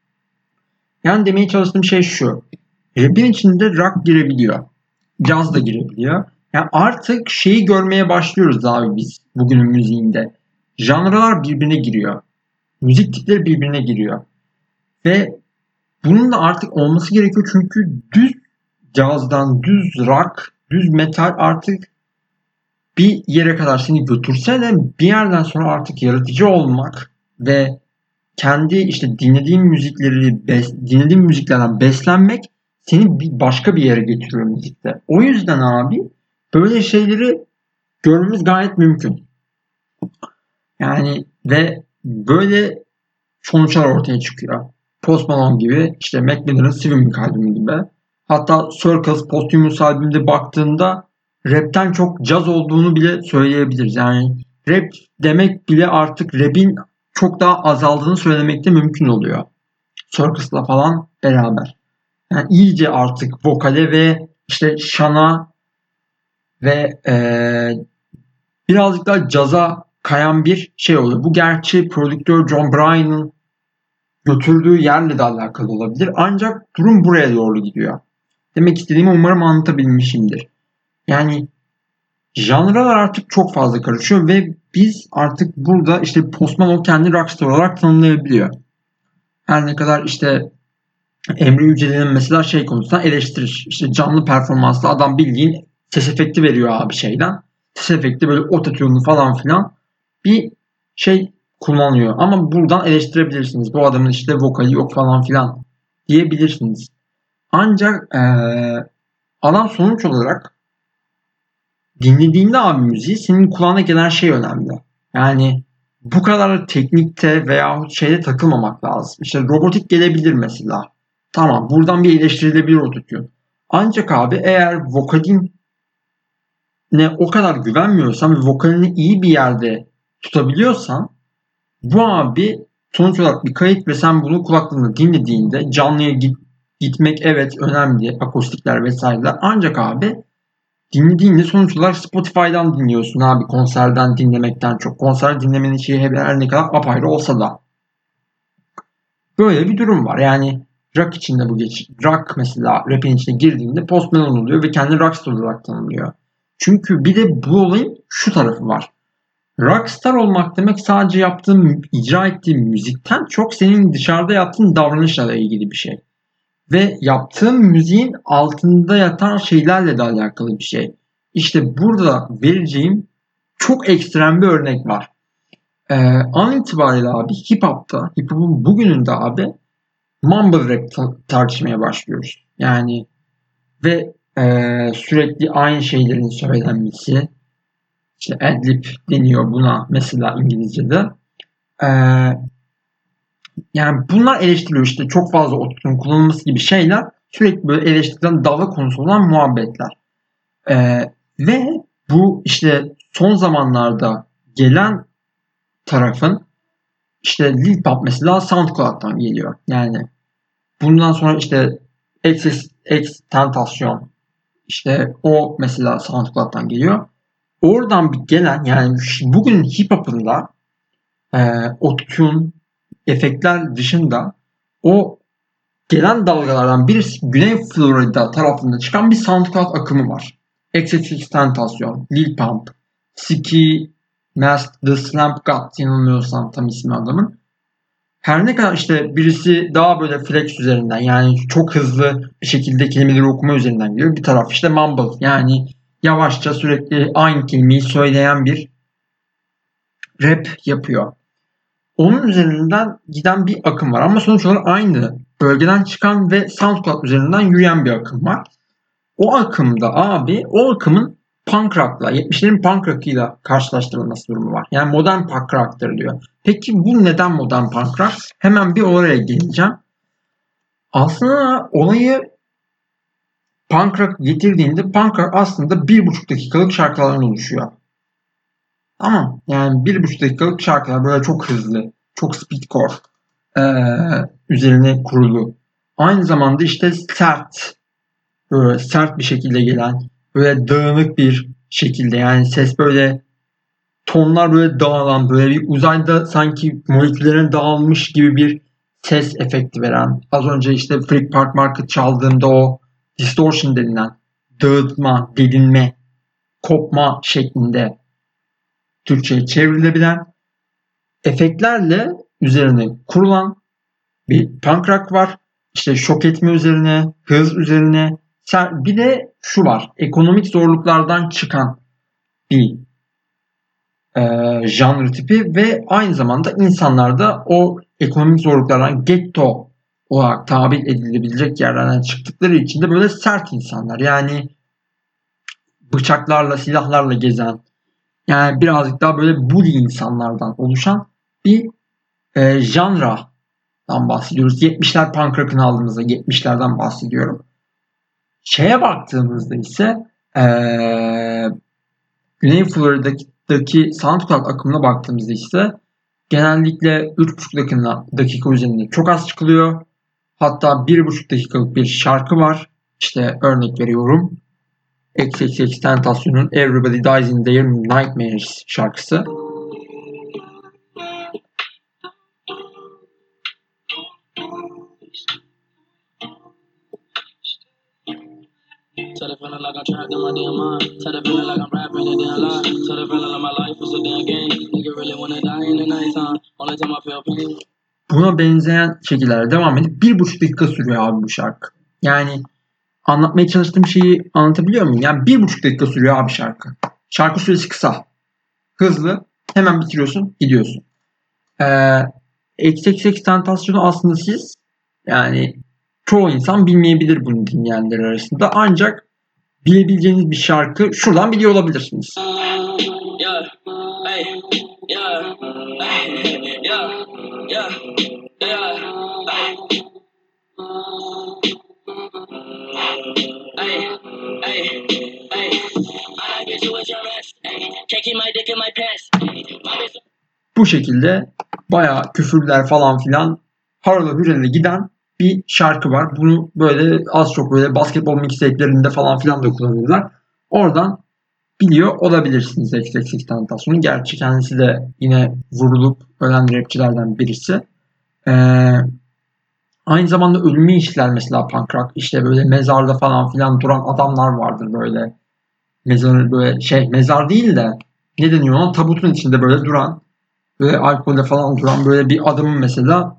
Yani demeye çalıştığım şey şu. Rap'in içinde rock girebiliyor. Caz da girebiliyor. Yani artık şeyi görmeye başlıyoruz abi biz bugünün müziğinde. Janralar birbirine giriyor. Müzik tipleri birbirine giriyor. Ve bunun da artık olması gerekiyor çünkü düz cazdan, düz rock, düz metal artık bir yere kadar seni götürse de bir yerden sonra artık yaratıcı olmak ve kendi işte dinlediğin müziklerden beslenmek seni başka bir yere getiriyor müzikte. O yüzden abi böyle şeyleri görmemiz gayet mümkün. Yani ve böyle sonuçlar ortaya çıkıyor. Post Malone gibi, işte Mac Miller'ın Swimming albümü gibi. Hatta Circles Posthumous albümünde baktığında rapten çok caz olduğunu bile söyleyebiliriz. Yani rap demek bile artık rap'in çok daha azaldığını söylemekte mümkün oluyor. Circus'la falan beraber. Yani iyice artık vokale ve işte şana ve birazcık daha caza kayan bir şey oluyor. Bu gerçi prodüktör John Bryan'ın götürdüğü yerle de alakalı olabilir. Ancak durum buraya doğru gidiyor. Demek istediğimi umarım anlatabilmişimdir. Yani janralar artık çok fazla karışıyor ve biz artık burada işte Post Malone kendi rockstar olarak tanımlayabiliyor. Her ne kadar işte Emre Yücel'in mesela şey konusunda eleştirir. İşte canlı performanslı adam bildiğin ses efekti veriyor abi şeyden. Ses efekti böyle ototune'lu falan filan bir şey kullanıyor. Ama buradan eleştirebilirsiniz. Bu adamın işte vokali yok falan filan diyebilirsiniz. Ancak adam sonuç olarak dinlediğinde abi müziği senin kulağına gelen şey önemli. Yani bu kadar teknikte veya şeyde takılmamak lazım. İşte robotik gelebilir mesela. Tamam, buradan bir eleştirilebilir autotune. Ancak abi eğer vokaline o kadar güvenmiyorsan ve vokalini iyi bir yerde tutabiliyorsan bu abi sonuç olarak bir kayıt ve sen bunu kulaklığında dinlediğinde canlıya gitmek evet önemli. Akustikler vesaireler. Ancak abi dinlediğinde sonuç olarak Spotify'dan dinliyorsun abi, konserden dinlemekten çok. Konser dinlemenin şeyi her ne kadar apayrı olsa da. Böyle bir durum var. Yani rock içinde bu rock mesela rap'in içine girdiğinde Post Malone oluyor ve kendini rockstar olarak tanımlıyor. Çünkü bir de bu olayın şu tarafı var. Rockstar olmak demek sadece icra ettiğin müzikten çok senin dışarıda yaptığın davranışla da ilgili bir şey. Ve yaptığın müziğin altında yatan şeylerle de alakalı bir şey. İşte burada vereceğim çok ekstrem bir örnek var. An itibariyle abi hip hop'un bugününde abi mumble rap tartışmaya başlıyoruz. Yani ve sürekli aynı şeylerin söylenmesi, işte ad-lib deniyor buna mesela İngilizce'de. Ee, Yani bunlar eleştiriliyor, işte çok fazla autotune kullanılması gibi şeyler sürekli böyle eleştirilen dava konusu olan muhabbetler. Ve bu işte son zamanlarda gelen tarafın işte Lil Pump mesela SoundCloud'dan geliyor. Yani bundan sonra işte Tentasyon işte o mesela SoundCloud'dan geliyor. Oradan bir gelen yani bugün hip hop'ında autotune efektler dışında o gelen dalgalardan birisi Güney Florida tarafında çıkan bir SoundCloud akımı var. XXXTentacion, Lil Pump, Ski Mask, The Slamp God yanılmıyorsam tam ismi adamın. Her ne kadar işte birisi daha böyle flex üzerinden yani çok hızlı bir şekilde kelimeleri okuma üzerinden geliyor. Bir taraf işte mumble yani yavaşça sürekli aynı kelimeyi söyleyen bir rap yapıyor. Onun üzerinden giden bir akım var. Ama sonuç olarak aynı bölgeden çıkan ve SoundCloud üzerinden yürüyen bir akım var. O akımda abi o akımın punk rock'la 70'lerin punk rock'ıyla karşılaştırılması durumu var. Yani modern punk rock'tır diyor. Peki bu neden modern punk rock? Hemen bir oraya geleceğim. Aslında olayı punk rock getirdiğinde punk rock aslında 1,5 dakikalık şarkılardan oluşuyor. Tamam. Yani 1,5 dakikalık şarkılar böyle çok hızlı, çok speedcore üzerine kurulu. Aynı zamanda işte böyle sert bir şekilde gelen, böyle dağınık bir şekilde yani ses böyle tonlar böyle dağılan, böyle bir uzayda sanki moleküllerin dağılmış gibi bir ses efekti veren. Az önce işte Freak Park Market çaldığımda o distortion denilen dağıtma, delinme, kopma şeklinde Türkçe'ye çevrilebilen efektlerle üzerine kurulan bir punk rock var. İşte şok etme üzerine, hız üzerine. Bir de şu var. Ekonomik zorluklardan çıkan bir janr tipi ve aynı zamanda insanlar da o ekonomik zorluklardan getto olarak tabir edilebilecek yerlerden çıktıkları için de böyle sert insanlar. Yani bıçaklarla, silahlarla gezen, yani birazcık daha böyle bully insanlardan oluşan bir janradan bahsediyoruz. 70'ler punk rock'ını aldığımızda 70'lerden bahsediyorum. Şeye baktığımızda ise Güney Florida'daki SoundCloud akımına baktığımızda ise genellikle 3,5 dakika üzerinde çok az çıkılıyor. Hatta 1,5 dakikalık bir şarkı var. İşte örnek veriyorum. XXXTentacion'un Everybody Dies in Their Nightmares şarkısı. Tell the feeling like I'm trapped in my damn mind. Tell the feeling like I'm rapping a damn lie. Tell the feeling like my life was a damn game. Nigga really wanna die in the nighttime. Only time I feel pain. Buna benzeyen şekillerde devam edip 1,5 dakika sürüyor abi bu şarkı. Yani anlatmaya çalıştığım şeyi anlatabiliyor muyum? Yani 1,5 dakika sürüyor abi şarkı. Şarkı süresi kısa. Hızlı. Hemen bitiriyorsun. Gidiyorsun. XXXTentacion'u aslında siz yani çoğu insan bilmeyebilir bunu dinleyenler arasında. Ancak bilebileceğiniz bir şarkı şuradan biliyor olabilirsiniz. Bu şekilde bayağı küfürler falan filan harala hürele giden bir şarkı var. Bunu böyle az çok böyle basketbol mixtape'lerinde falan filan da kullanırlar. Oradan biliyor olabilirsiniz XXXTentacion'u. Gerçi kendisi de yine vurulup ölen rapçilerden birisi. Aynı zamanda ölümü işler mesela punk rock. İşte böyle mezarda falan filan duran adamlar vardır böyle. Mezar böyle mezar değil de ne deniyor ona? Tabutun içinde böyle duran, böyle alkolde falan duran böyle bir adamın mesela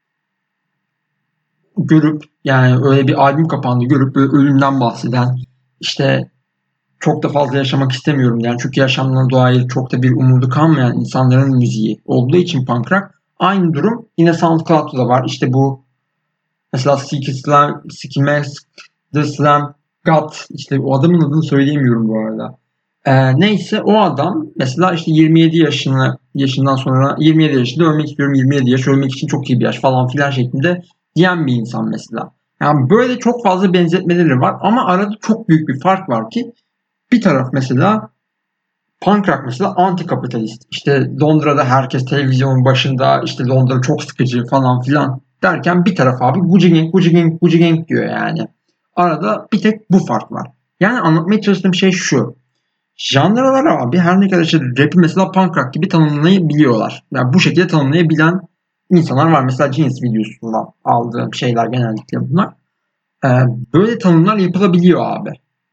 görüp, yani öyle bir albüm kapağında görüp böyle ölümden bahseden, işte çok da fazla yaşamak istemiyorum yani, çünkü yaşamdan dair çok da bir umudu kalmayan insanların müziği olduğu için punk rock. Aynı durum yine SoundCloud'da da var. İşte bu mesela Skimask, The Slam God, işte o adamın adını söyleyemiyorum bu arada. Neyse o adam mesela işte 27 yaşından sonra 27 yaşında ölmek istiyorum, 27 yaş ölmek için çok iyi bir yaş falan filan şeklinde diyen bir insan mesela. Yani böyle çok fazla benzetmeleri var ama arada çok büyük bir fark var ki bir taraf mesela punk rock mesela anti-kapitalist. İşte Londra'da herkes televizyonun başında, işte Londra çok sıkıcı falan filan derken bir taraf abi Gucci Gang diyor yani. Arada bir tek bu fark var. Yani anlatmaya çalıştığım şey şu. Janralar abi her ne kadar işte rap'i mesela punk rock gibi tanımlayabiliyorlar. Yani bu şekilde tanımlayabilen insanlar var. Mesela Jeans videosundan aldığım şeyler genellikle bunlar. Böyle tanımlar yapılabiliyor abi.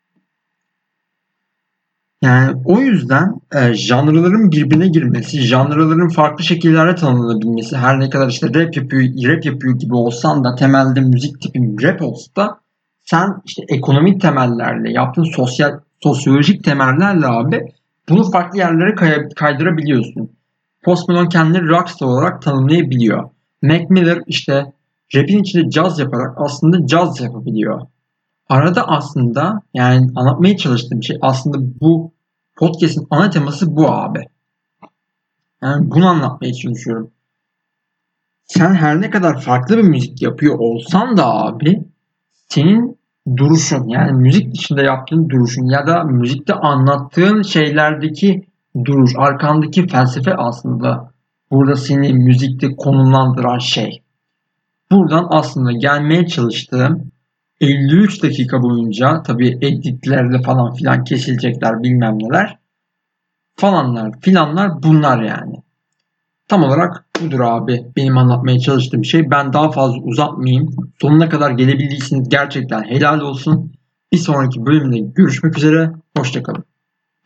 Yani o yüzden janraların birbirine girmesi, janraların farklı şekillerde tanımlanabilmesi, her ne kadar işte rap yapıyor gibi olsan da temelde müzik tipin rap olsa da sen işte ekonomik temellerle, yaptığın sosyolojik temellerle abi bunu farklı yerlere kaydırabiliyorsun. Post Malone kendini rockstar olarak tanımlayabiliyor. Mac Miller işte rap'in içinde caz yaparak aslında caz yapabiliyor. Arada aslında yani anlatmaya çalıştığım şey aslında bu podcast'in ana teması bu abi. Yani bunu anlatmaya çalışıyorum. Sen her ne kadar farklı bir müzik yapıyor olsan da abi senin duruşun, yani müzik dışında yaptığın duruşun ya da müzikte anlattığın şeylerdeki duruş, arkandaki felsefe aslında burada seni müzikte konumlandıran şey. Buradan aslında gelmeye çalıştığım 53 dakika boyunca tabii editlerle falan filan kesilecekler bilmem neler falanlar filanlar bunlar yani. Tam olarak budur abi benim anlatmaya çalıştığım şey. Ben daha fazla uzatmayayım. Sonuna kadar gelebildiyseniz gerçekten helal olsun. Bir sonraki bölümde görüşmek üzere. Hoşça kalın.